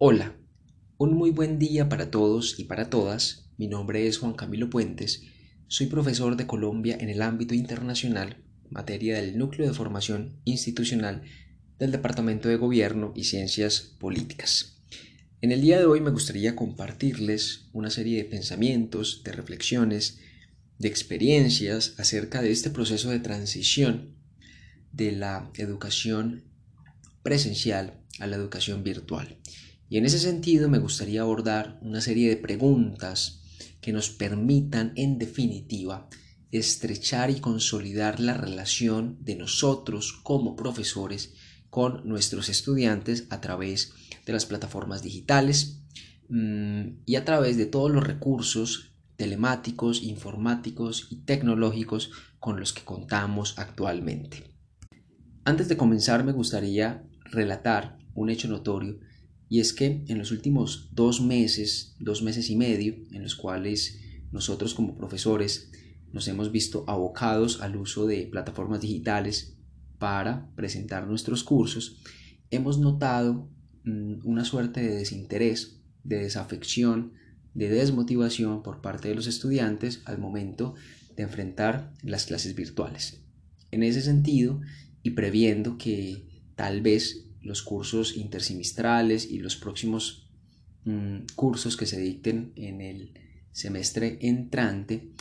Hola, un muy buen día para todos y para todas. Mi nombre es Juan Camilo Puentes. Soy profesor de Colombia en el ámbito internacional, materia del Núcleo de Formación Institucional del Departamento de Gobierno y Ciencias Políticas. En el día de hoy me gustaría compartirles una serie de pensamientos, de reflexiones, de experiencias acerca de este proceso de transición de la educación presencial a la educación virtual. Y en ese sentido me gustaría abordar una serie de preguntas que nos permitan, en definitiva, estrechar y consolidar la relación de nosotros como profesores con nuestros estudiantes a través de las plataformas digitales y a través de todos los recursos telemáticos, informáticos y tecnológicos con los que contamos actualmente. Antes de comenzar me gustaría relatar un hecho notorio, y es que en los últimos 2 meses y medio, en los cuales nosotros como profesores nos hemos visto abocados al uso de plataformas digitales para presentar nuestros cursos, hemos notado una suerte de desinterés, de desafección, de desmotivación por parte de los estudiantes al momento de enfrentar las clases virtuales. En ese sentido, y previendo que tal vez los cursos intersemestrales y los próximos cursos que se dicten en el semestre entrante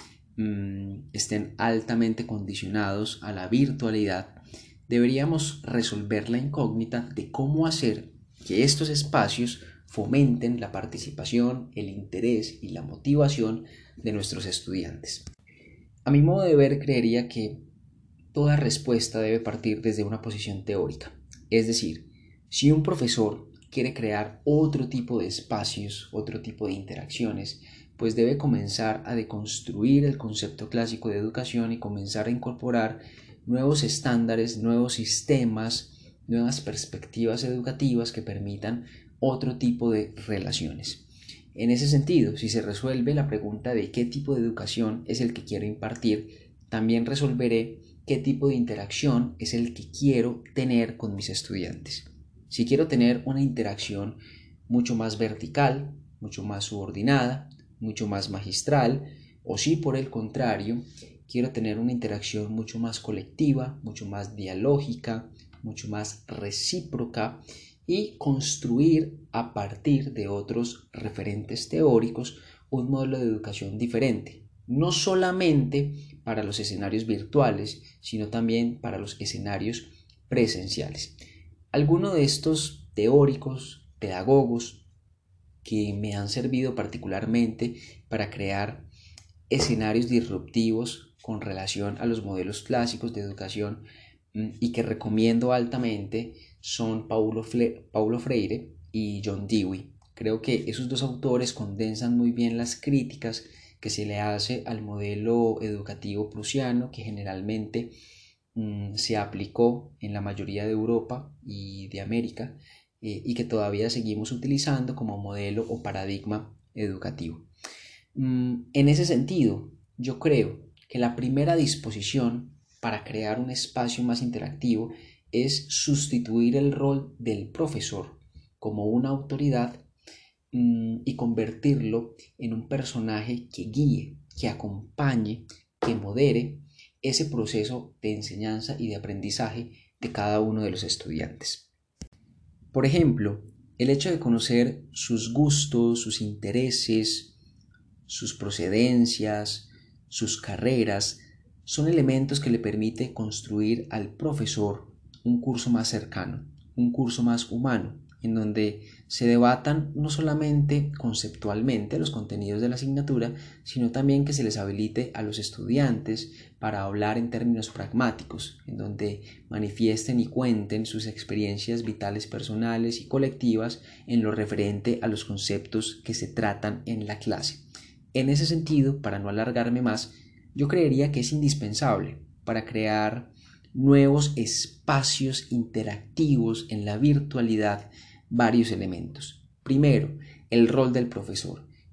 estén altamente condicionados a la virtualidad, deberíamos resolver la incógnita de cómo hacer que estos espacios fomenten la participación, el interés y la motivación de nuestros estudiantes. A mi modo de ver, creería que toda respuesta debe partir desde una posición teórica. Es decir, si un profesor quiere crear otro tipo de espacios, otro tipo de interacciones, pues debe comenzar a deconstruir el concepto clásico de educación y comenzar a incorporar nuevos estándares, nuevos sistemas, nuevas perspectivas educativas que permitan otro tipo de relaciones. En ese sentido, si se resuelve la pregunta de qué tipo de educación es el que quiero impartir, también resolveré qué tipo de interacción es el que quiero tener con mis estudiantes. Si quiero tener una interacción mucho más vertical, mucho más subordinada, mucho más magistral, o si por el contrario quiero tener una interacción mucho más colectiva, mucho más dialógica, mucho más recíproca y construir a partir de otros referentes teóricos un modelo de educación diferente, no solamente para los escenarios virtuales, sino también para los escenarios presenciales. Algunos de estos teóricos, pedagogos, que me han servido particularmente para crear escenarios disruptivos con relación a los modelos clásicos de educación y que recomiendo altamente son Paulo Freire y John Dewey. Creo que esos dos autores condensan muy bien las críticas que se le hace al modelo educativo prusiano que generalmente se aplicó en la mayoría de Europa y de América y que todavía seguimos utilizando como modelo o paradigma educativo. En ese sentido, yo creo que la primera disposición para crear un espacio más interactivo es sustituir el rol del profesor como una autoridad y convertirlo en un personaje que guíe, que acompañe, que modere ese proceso de enseñanza y de aprendizaje de cada uno de los estudiantes. Por ejemplo, el hecho de conocer sus gustos, sus intereses, sus procedencias, sus carreras, son elementos que le permite construir al profesor un curso más cercano, un curso más humano, en donde se debatan no solamente conceptualmente los contenidos de la asignatura, sino también que se les habilite a los estudiantes para hablar en términos pragmáticos, en donde manifiesten y cuenten sus experiencias vitales personales y colectivas en lo referente a los conceptos que se tratan en la clase. En ese sentido, para no alargarme más, yo creería que es indispensable para crear nuevos espacios interactivos en la virtualidad varios elementos. Primero, el rol del profesor.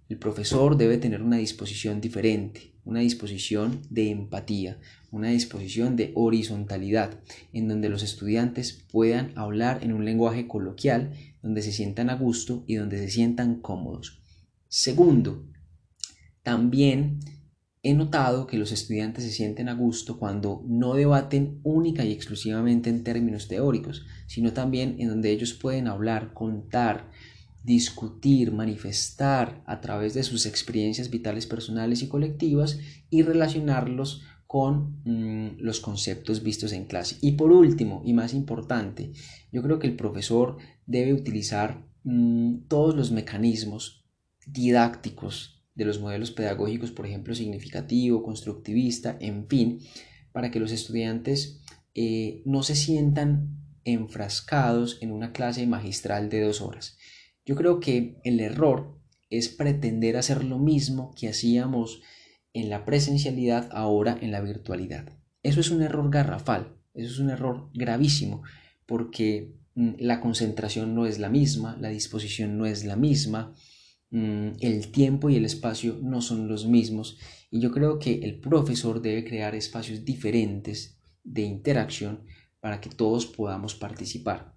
El profesor debe tener una disposición diferente, una disposición de empatía, una disposición de horizontalidad, en donde los estudiantes puedan hablar en un lenguaje coloquial, donde se sientan a gusto y donde se sientan cómodos. Segundo, también he notado que los estudiantes se sienten a gusto cuando no debaten única y exclusivamente en términos teóricos, sino también en donde ellos pueden hablar, contar, discutir, manifestar a través de sus experiencias vitales personales y colectivas y relacionarlos con los conceptos vistos en clase. Y por último, y más importante, yo creo que el profesor debe utilizar todos los mecanismos didácticos de los modelos pedagógicos, por ejemplo, significativo, constructivista, en fin, para que los estudiantes no se sientan enfrascados en una clase magistral de 2 horas. Yo creo que el error es pretender hacer lo mismo que hacíamos en la presencialidad ahora en la virtualidad. Eso es un error garrafal, eso es un error gravísimo, porque la concentración no es la misma, la disposición no es la misma, el tiempo y el espacio no son los mismos, y yo creo que el profesor debe crear espacios diferentes de interacción para que todos podamos participar.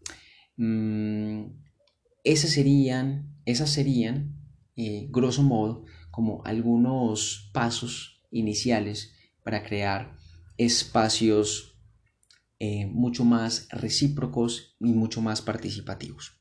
Esas serían, grosso modo, como algunos pasos iniciales para crear espacios mucho más recíprocos y mucho más participativos.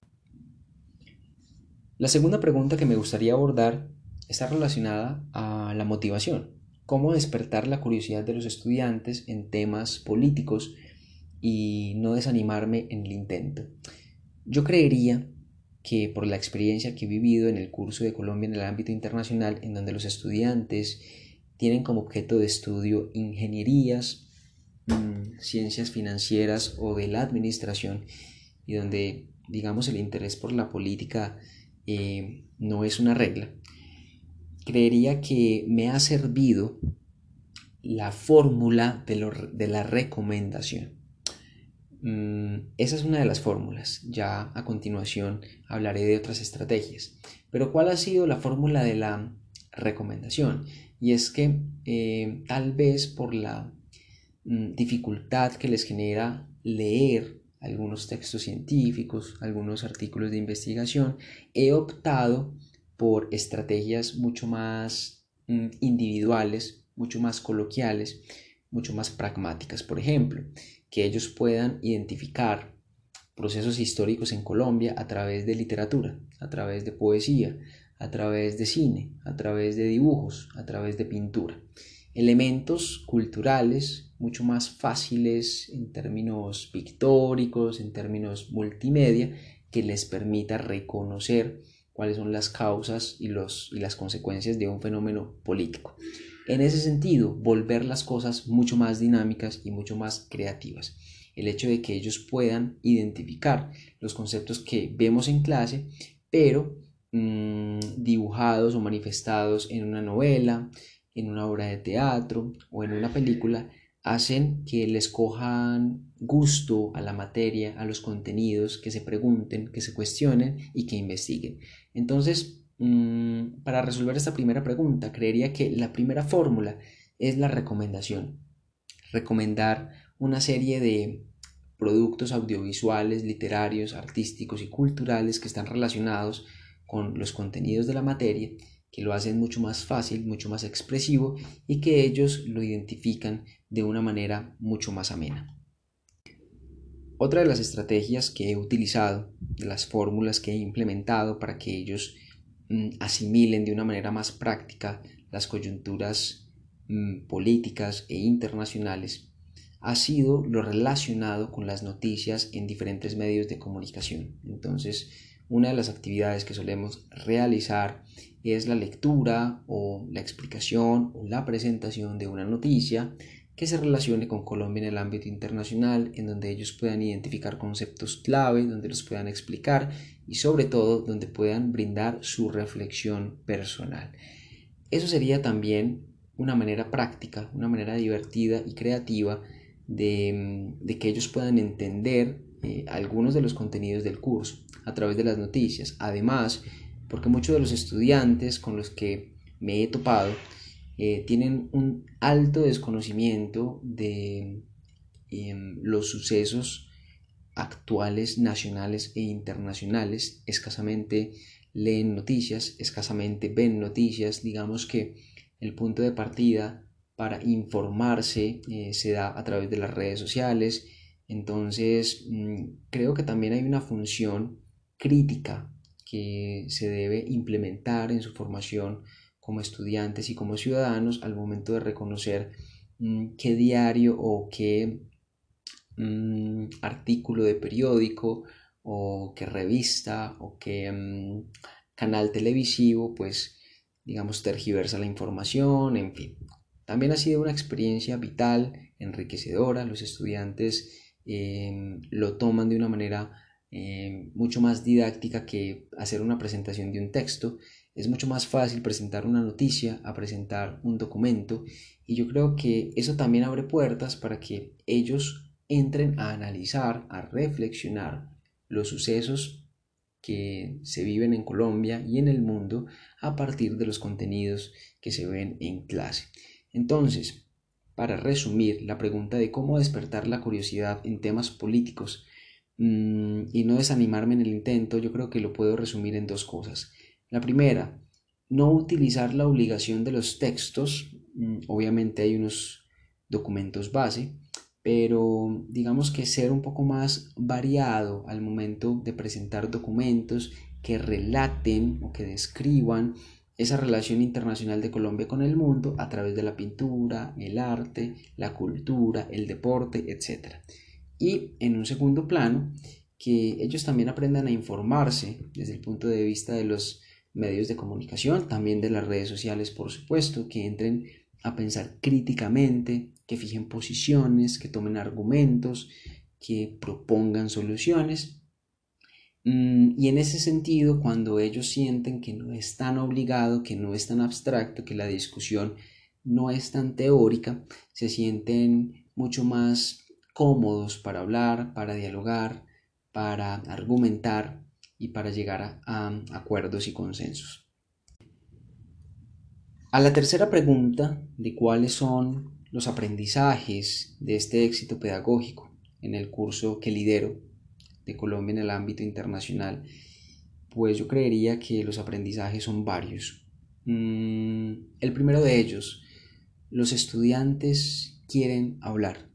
La segunda pregunta que me gustaría abordar está relacionada a la motivación. Cómo despertar la curiosidad de los estudiantes en temas políticos y no desanimarme en el intento. Yo creería que por la experiencia que he vivido en el curso de Colombia en el ámbito internacional, en donde los estudiantes tienen como objeto de estudio ingenierías, ciencias financieras o de la administración, y donde, digamos, el interés por la política no es una regla, creería que me ha servido la fórmula de la recomendación. Esa es una de las fórmulas. Ya a continuación hablaré de otras estrategias. Pero ¿cuál ha sido la fórmula de la recomendación? Y es que tal vez por la dificultad que les genera leer algunos textos científicos, algunos artículos de investigación, he optado por estrategias mucho más individuales, mucho más coloquiales, mucho más pragmáticas. Por ejemplo, que ellos puedan identificar procesos históricos en Colombia a través de literatura, a través de poesía, a través de cine, a través de dibujos, a través de pintura. Elementos culturales mucho más fáciles en términos pictóricos, en términos multimedia, que les permita reconocer cuáles son las causas y las consecuencias de un fenómeno político. En ese sentido, volver las cosas mucho más dinámicas y mucho más creativas. El hecho de que ellos puedan identificar los conceptos que vemos en clase, pero dibujados o manifestados en una novela, en una obra de teatro o en una película, hacen que les cojan gusto a la materia, a los contenidos, que se pregunten, que se cuestionen y que investiguen. Entonces, para resolver esta primera pregunta, creería que la primera fórmula es la recomendación. Recomendar una serie de productos audiovisuales, literarios, artísticos y culturales que están relacionados con los contenidos de la materia, que lo hacen mucho más fácil, mucho más expresivo y que ellos lo identifican de una manera mucho más amena. Otra de las estrategias que he utilizado, de las fórmulas que he implementado para que ellos asimilen de una manera más práctica las coyunturas políticas e internacionales, ha sido lo relacionado con las noticias en diferentes medios de comunicación. Entonces, una de las actividades que solemos realizar es la lectura o la explicación o la presentación de una noticia que se relacione con Colombia en el ámbito internacional, en donde ellos puedan identificar conceptos clave, donde los puedan explicar y sobre todo donde puedan brindar su reflexión personal. Eso sería también una manera práctica, una manera divertida y creativa de que ellos puedan entender algunos de los contenidos del curso a través de las noticias. Además, porque muchos de los estudiantes con los que me he topado tienen un alto desconocimiento de los sucesos actuales, nacionales e internacionales. Escasamente leen noticias, escasamente ven noticias. Digamos que el punto de partida para informarse se da a través de las redes sociales. Entonces, creo que también hay una función crítica que se debe implementar en su formación como estudiantes y como ciudadanos al momento de reconocer qué diario o qué artículo de periódico o qué revista o qué canal televisivo, pues digamos, tergiversa la información, en fin. También ha sido una experiencia vital, enriquecedora. Los estudiantes lo toman de una manera mucho más didáctica que hacer una presentación de un texto. Es mucho más fácil presentar una noticia a presentar un documento, y yo creo que eso también abre puertas para que ellos entren a analizar, a reflexionar los sucesos que se viven en Colombia y en el mundo a partir de los contenidos que se ven en clase. Entonces, para resumir la pregunta de cómo despertar la curiosidad en temas políticos y no desanimarme en el intento, yo creo que lo puedo resumir en dos cosas. La primera, no utilizar la obligación de los textos. Obviamente hay unos documentos base, pero digamos que ser un poco más variado al momento de presentar documentos que relaten o que describan esa relación internacional de Colombia con el mundo a través de la pintura, el arte, la cultura, el deporte, etc. Y en un segundo plano, que ellos también aprendan a informarse desde el punto de vista de los medios de comunicación, también de las redes sociales, por supuesto, que entren a pensar críticamente, que fijen posiciones, que tomen argumentos, que propongan soluciones. Y en ese sentido, cuando ellos sienten que no es tan obligado, que no es tan abstracto, que la discusión no es tan teórica, se sienten mucho más cómodos para hablar, para dialogar, para argumentar y para llegar a acuerdos y consensos. A la tercera pregunta de cuáles son los aprendizajes de este éxito pedagógico en el curso que lidero de Colombia en el ámbito internacional, pues yo creería que los aprendizajes son varios. El primero de ellos, los estudiantes quieren hablar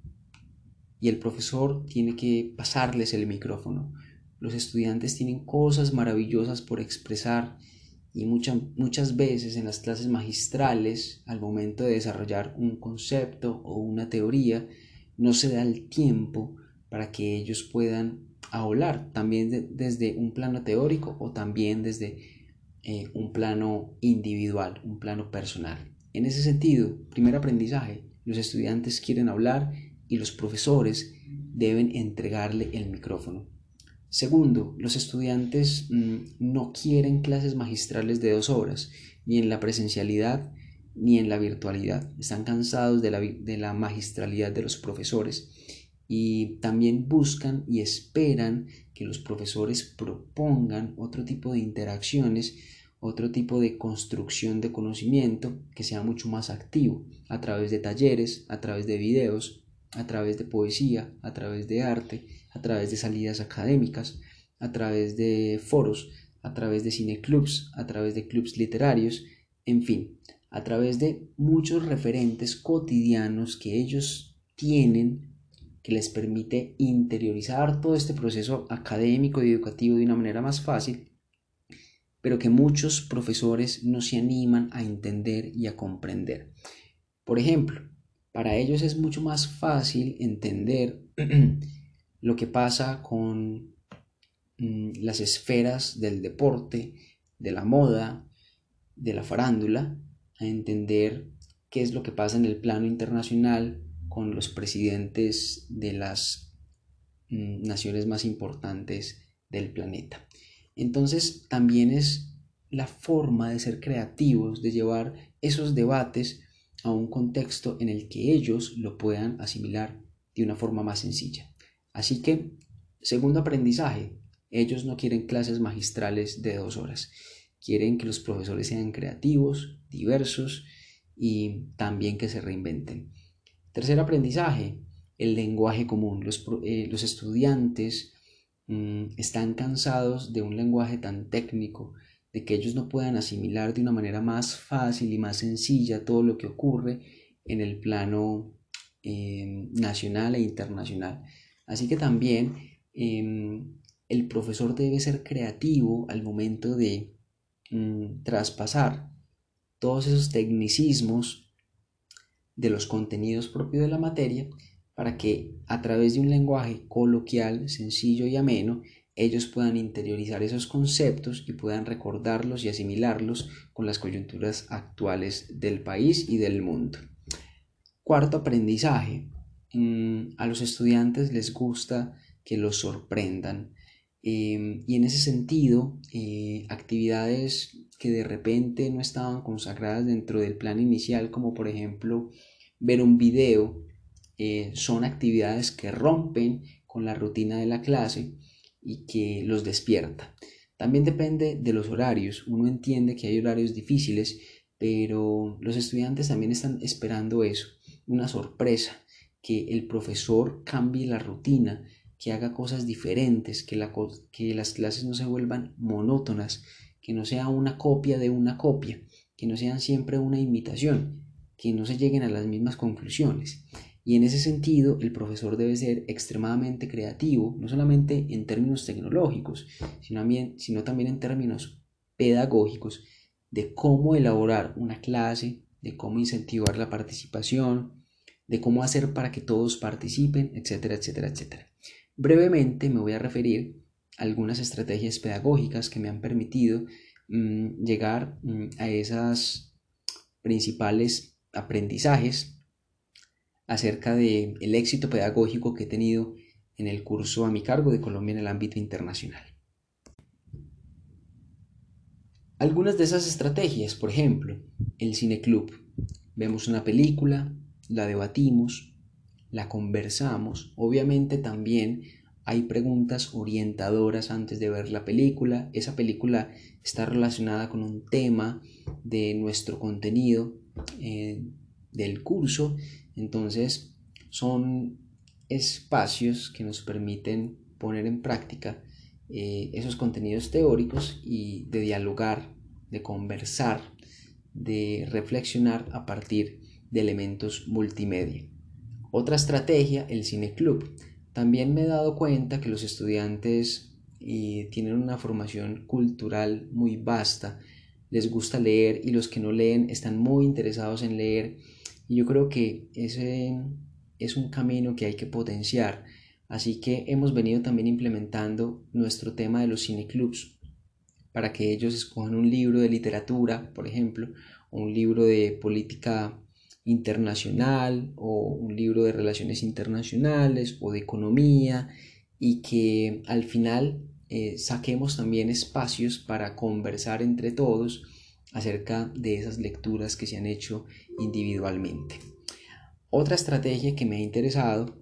y el profesor tiene que pasarles el micrófono. Los estudiantes tienen cosas maravillosas por expresar, y muchas veces en las clases magistrales, al momento de desarrollar un concepto o una teoría, no se da el tiempo para que ellos puedan hablar también desde un plano teórico o también desde un plano individual, un plano personal. En ese sentido, primer aprendizaje, los estudiantes quieren hablar y los profesores deben entregarle el micrófono. Segundo, los estudiantes no quieren clases magistrales de 2 horas, ni en la presencialidad ni en la virtualidad. Están cansados de la magistralidad de los profesores, y también buscan y esperan que los profesores propongan otro tipo de interacciones, otro tipo de construcción de conocimiento que sea mucho más activo, a través de talleres, a través de videos, a través de poesía, a través de arte, a través de salidas académicas, a través de foros, a través de cineclubs, a través de clubs literarios, en fin, a través de muchos referentes cotidianos que ellos tienen, que les permite interiorizar todo este proceso académico y educativo de una manera más fácil, pero que muchos profesores no se animan a entender y a comprender. Por ejemplo, para ellos es mucho más fácil entender lo que pasa con las esferas del deporte, de la moda, de la farándula, a entender qué es lo que pasa en el plano internacional con los presidentes de las naciones más importantes del planeta. Entonces también es la forma de ser creativos, de llevar esos debates a un contexto en el que ellos lo puedan asimilar de una forma más sencilla. Así que, segundo aprendizaje, ellos no quieren clases magistrales de 2 horas, quieren que los profesores sean creativos, diversos y también que se reinventen. Tercer aprendizaje, el lenguaje común. Los estudiantes están cansados de un lenguaje tan técnico, de que ellos no puedan asimilar de una manera más fácil y más sencilla todo lo que ocurre en el plano nacional e internacional. Así que también el profesor debe ser creativo al momento de traspasar todos esos tecnicismos de los contenidos propios de la materia para que a través de un lenguaje coloquial, sencillo y ameno, ellos puedan interiorizar esos conceptos y puedan recordarlos y asimilarlos con las coyunturas actuales del país y del mundo. Cuarto aprendizaje. A los estudiantes les gusta que los sorprendan. Y en ese sentido, actividades que de repente no estaban consagradas dentro del plan inicial, como por ejemplo ver un video, son actividades que rompen con la rutina de la clase y que los despierta. También depende de los horarios. Uno entiende que hay horarios difíciles, pero los estudiantes también están esperando eso, una sorpresa, que el profesor cambie la rutina, que haga cosas diferentes, que las clases no se vuelvan monótonas, que no sea una copia de una copia, que no sean siempre una imitación, que no se lleguen a las mismas conclusiones. Y en ese sentido, el profesor debe ser extremadamente creativo, no solamente en términos tecnológicos, sino también en términos pedagógicos, de cómo elaborar una clase, de cómo incentivar la participación, de cómo hacer para que todos participen, etcétera, etcétera, etcétera. Brevemente me voy a referir a algunas estrategias pedagógicas que me han permitido llegar a esas principales aprendizajes acerca del éxito pedagógico que he tenido en el curso a mi cargo de Colombia en el ámbito internacional. Algunas de esas estrategias, por ejemplo, el cineclub. Vemos una película, la debatimos, la conversamos. Obviamente también hay preguntas orientadoras antes de ver la película. Esa película está relacionada con un tema de nuestro contenido del curso. Entonces son espacios que nos permiten poner en práctica esos contenidos teóricos y de dialogar, de conversar, de reflexionar a partir de elementos multimedia. Otra estrategia, el cineclub. También me he dado cuenta que los estudiantes tienen una formación cultural muy vasta, les gusta leer y los que no leen están muy interesados en leer, y yo creo que ese es un camino que hay que potenciar. Así que hemos venido también implementando nuestro tema de los cineclubs para que ellos escojan un libro de literatura, por ejemplo, o un libro de política internacional, o un libro de relaciones internacionales, o de economía, y que al final saquemos también espacios para conversar entre todos acerca de esas lecturas que se han hecho individualmente. Otra estrategia que me ha interesado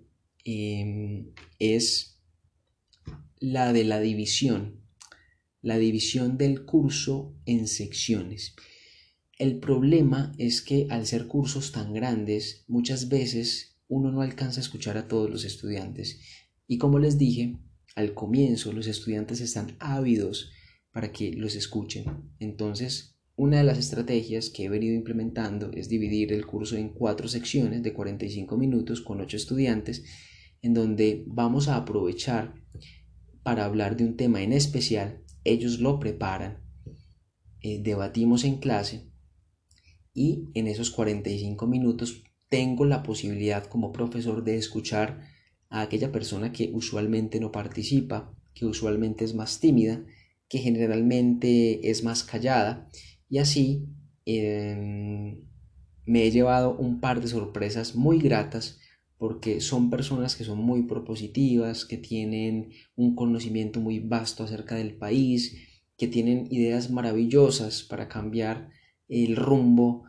es la de la división del curso en secciones. El problema es que al ser cursos tan grandes, muchas veces uno no alcanza a escuchar a todos los estudiantes. Y como les dije, al comienzo los estudiantes están ávidos para que los escuchen. Entonces, una de las estrategias que he venido implementando es dividir el curso en 4 secciones de 45 minutos con 8 estudiantes, en donde vamos a aprovechar para hablar de un tema en especial. Ellos lo preparan, debatimos en clase, y en esos 45 minutos tengo la posibilidad como profesor de escuchar a aquella persona que usualmente no participa, que usualmente es más tímida, que generalmente es más callada, y así me he llevado un par de sorpresas muy gratas, porque son personas que son muy propositivas, que tienen un conocimiento muy vasto acerca del país, que tienen ideas maravillosas para cambiar el rumbo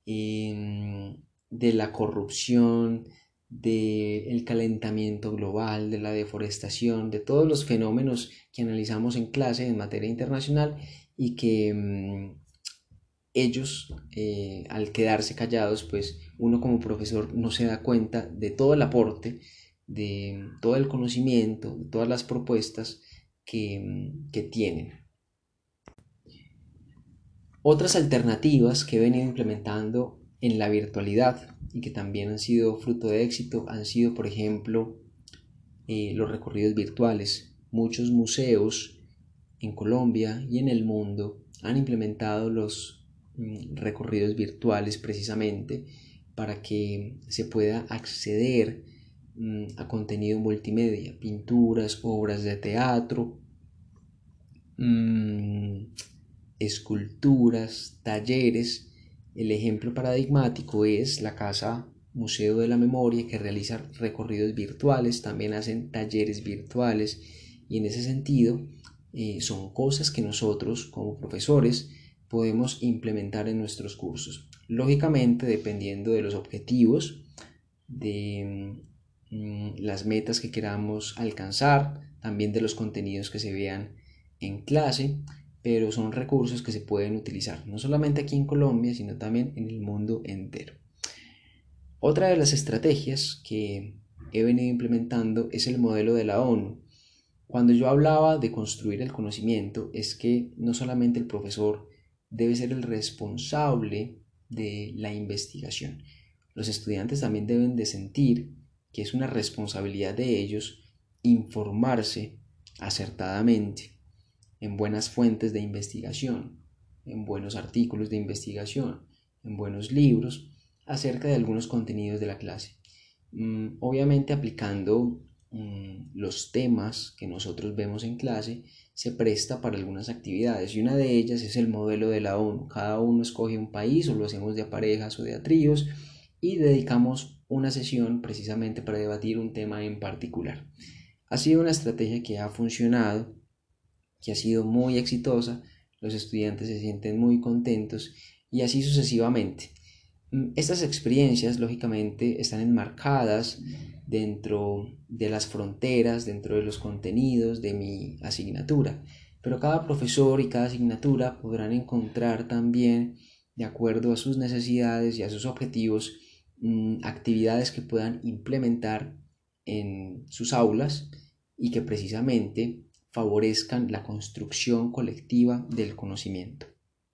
de la corrupción, del calentamiento global, de la deforestación, de todos los fenómenos que analizamos en clase en materia internacional, y que ellos, al quedarse callados, pues uno como profesor no se da cuenta de todo el aporte, de todo el conocimiento, de todas las propuestas que tienen. Otras alternativas que he venido implementando en la virtualidad y que también han sido fruto de éxito han sido, por ejemplo, los recorridos virtuales. Muchos museos en Colombia y en el mundo han implementado los recorridos virtuales precisamente para que se pueda acceder a contenido multimedia, pinturas, obras de teatro, esculturas, talleres. El ejemplo paradigmático es la Casa Museo de la Memoria, que realiza recorridos virtuales, también hacen talleres virtuales, y en ese sentido son cosas que nosotros como profesores podemos implementar en nuestros cursos. Lógicamente, dependiendo de los objetivos, de las metas que queramos alcanzar, también de los contenidos que se vean en clase, pero son recursos que se pueden utilizar no solamente aquí en Colombia, sino también en el mundo entero. Otra de las estrategias que he venido implementando es el modelo de la ONU. Cuando yo hablaba de construir el conocimiento, es que no solamente el profesor debe ser el responsable de la investigación, los estudiantes también deben de sentir que es una responsabilidad de ellos informarse acertadamente en buenas fuentes de investigación, en buenos artículos de investigación, en buenos libros acerca de algunos contenidos de la clase. Obviamente aplicando los temas que nosotros vemos en clase se presta para algunas actividades, y una de ellas es el modelo de la ONU. Cada uno escoge un país, o lo hacemos de a parejas o de a tríos, y dedicamos una sesión precisamente para debatir un tema en particular. Ha sido una estrategia que ha funcionado, que ha sido muy exitosa, los estudiantes se sienten muy contentos y así sucesivamente. Estas experiencias lógicamente están enmarcadas dentro de las fronteras, dentro de los contenidos de mi asignatura, pero cada profesor y cada asignatura podrán encontrar también, de acuerdo a sus necesidades y a sus objetivos, actividades que puedan implementar en sus aulas y que precisamente favorezcan la construcción colectiva del conocimiento.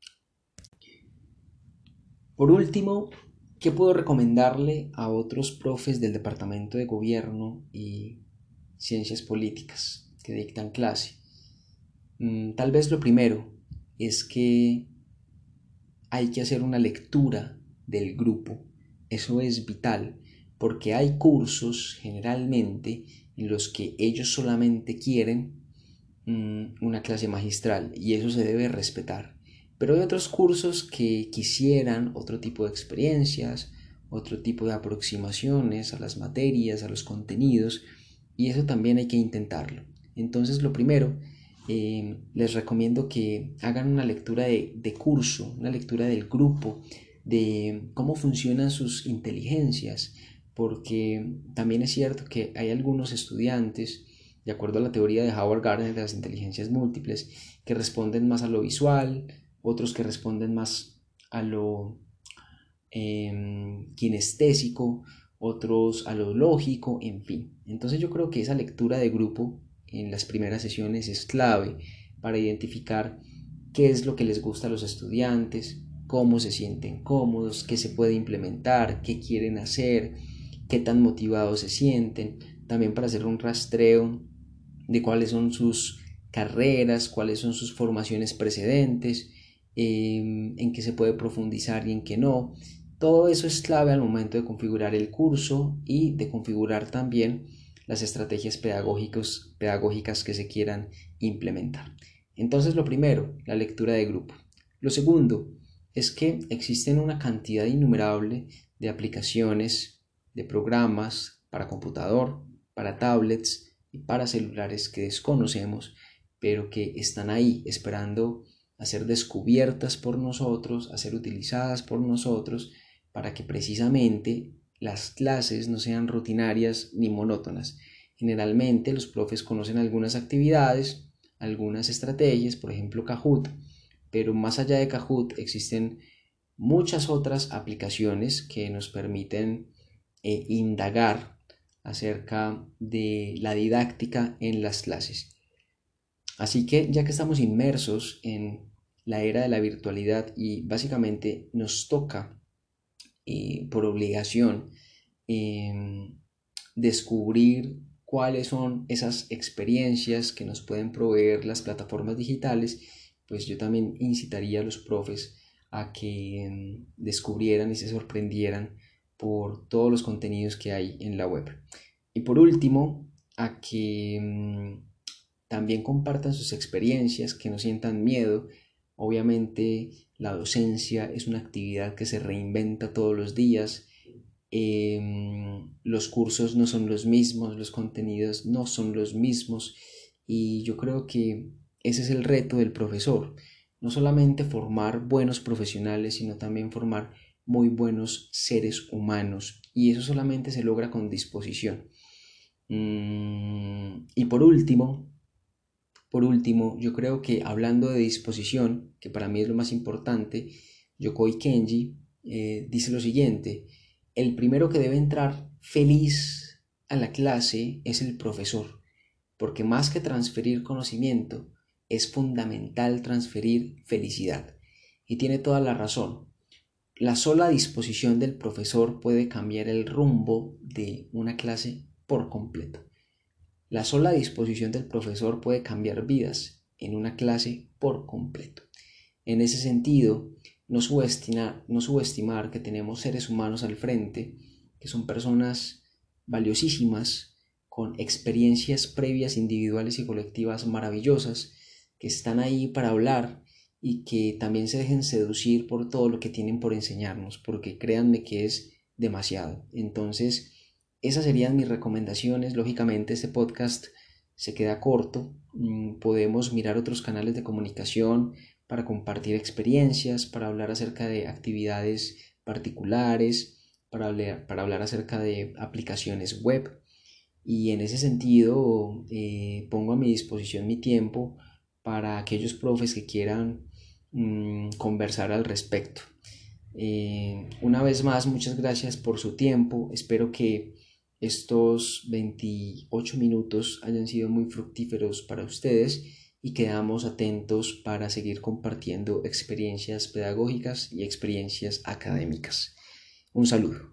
Por último, ¿qué puedo recomendarle a otros profes del Departamento de Gobierno y Ciencias Políticas que dictan clase? Tal vez lo primero es que hay que hacer una lectura del grupo. Eso es vital, porque hay cursos generalmente en los que ellos solamente quieren una clase magistral, y eso se debe respetar. Pero hay otros cursos que quisieran otro tipo de experiencias, otro tipo de aproximaciones a las materias, a los contenidos, y eso también hay que intentarlo. Entonces, lo primero, les recomiendo que hagan una lectura de curso, una lectura del grupo, de cómo funcionan sus inteligencias, porque también es cierto que hay algunos estudiantes, de acuerdo a la teoría de Howard Gardner de las inteligencias múltiples, que responden más a lo visual, otros que responden más a lo kinestésico, otros a lo lógico, en fin. Entonces yo creo que esa lectura de grupo en las primeras sesiones es clave para identificar qué es lo que les gusta a los estudiantes, cómo se sienten cómodos, qué se puede implementar, qué quieren hacer, qué tan motivados se sienten, también para hacer un rastreo de cuáles son sus carreras, cuáles son sus formaciones precedentes, en qué se puede profundizar y en qué no. Todo eso es clave al momento de configurar el curso y de configurar también las estrategias pedagógicas que se quieran implementar. Entonces, lo primero, la lectura de grupo. Lo segundo es que existen una cantidad innumerable de aplicaciones, de programas para computador, para tablets y para celulares que desconocemos, pero que están ahí esperando a ser descubiertas por nosotros, a ser utilizadas por nosotros, para que precisamente las clases no sean rutinarias ni monótonas. Generalmente los profes conocen algunas actividades, algunas estrategias, por ejemplo Kahoot, pero más allá de Kahoot existen muchas otras aplicaciones que nos permiten indagar acerca de la didáctica en las clases. Así que ya que estamos inmersos en la era de la virtualidad y básicamente nos toca por obligación descubrir cuáles son esas experiencias que nos pueden proveer las plataformas digitales, pues yo también incitaría a los profes a que descubrieran y se sorprendieran por todos los contenidos que hay en la web. Y por último, a que también compartan sus experiencias, que no sientan miedo. Obviamente la docencia es una actividad que se reinventa todos los días. Los cursos no son los mismos, los contenidos no son los mismos y yo creo que ese es el reto del profesor, no solamente formar buenos profesionales, sino también formar muy buenos seres humanos y eso solamente se logra con disposición. Y por último, yo creo que hablando de disposición, que para mí es lo más importante, Yokoi Kenji dice lo siguiente: el primero que debe entrar feliz a la clase es el profesor, porque más que transferir conocimiento, es fundamental transferir felicidad. Y tiene toda la razón. La sola disposición del profesor puede cambiar el rumbo de una clase por completo. La sola disposición del profesor puede cambiar vidas en una clase por completo. En ese sentido, no subestimar que tenemos seres humanos al frente, que son personas valiosísimas, con experiencias previas individuales y colectivas maravillosas, que están ahí para hablar y que también se dejen seducir por todo lo que tienen por enseñarnos, porque créanme que es demasiado. Entonces, esas serían mis recomendaciones. Lógicamente este podcast se queda corto. Podemos mirar otros canales de comunicación para compartir experiencias, para hablar acerca de actividades particulares, para hablar acerca de aplicaciones web. Y en ese sentido pongo a mi disposición mi tiempo para aquellos profes que quieran conversar al respecto. Una vez más, muchas gracias por su tiempo. Espero que estos 28 minutos hayan sido muy fructíferos para ustedes y quedamos atentos para seguir compartiendo experiencias pedagógicas y experiencias académicas. Un saludo.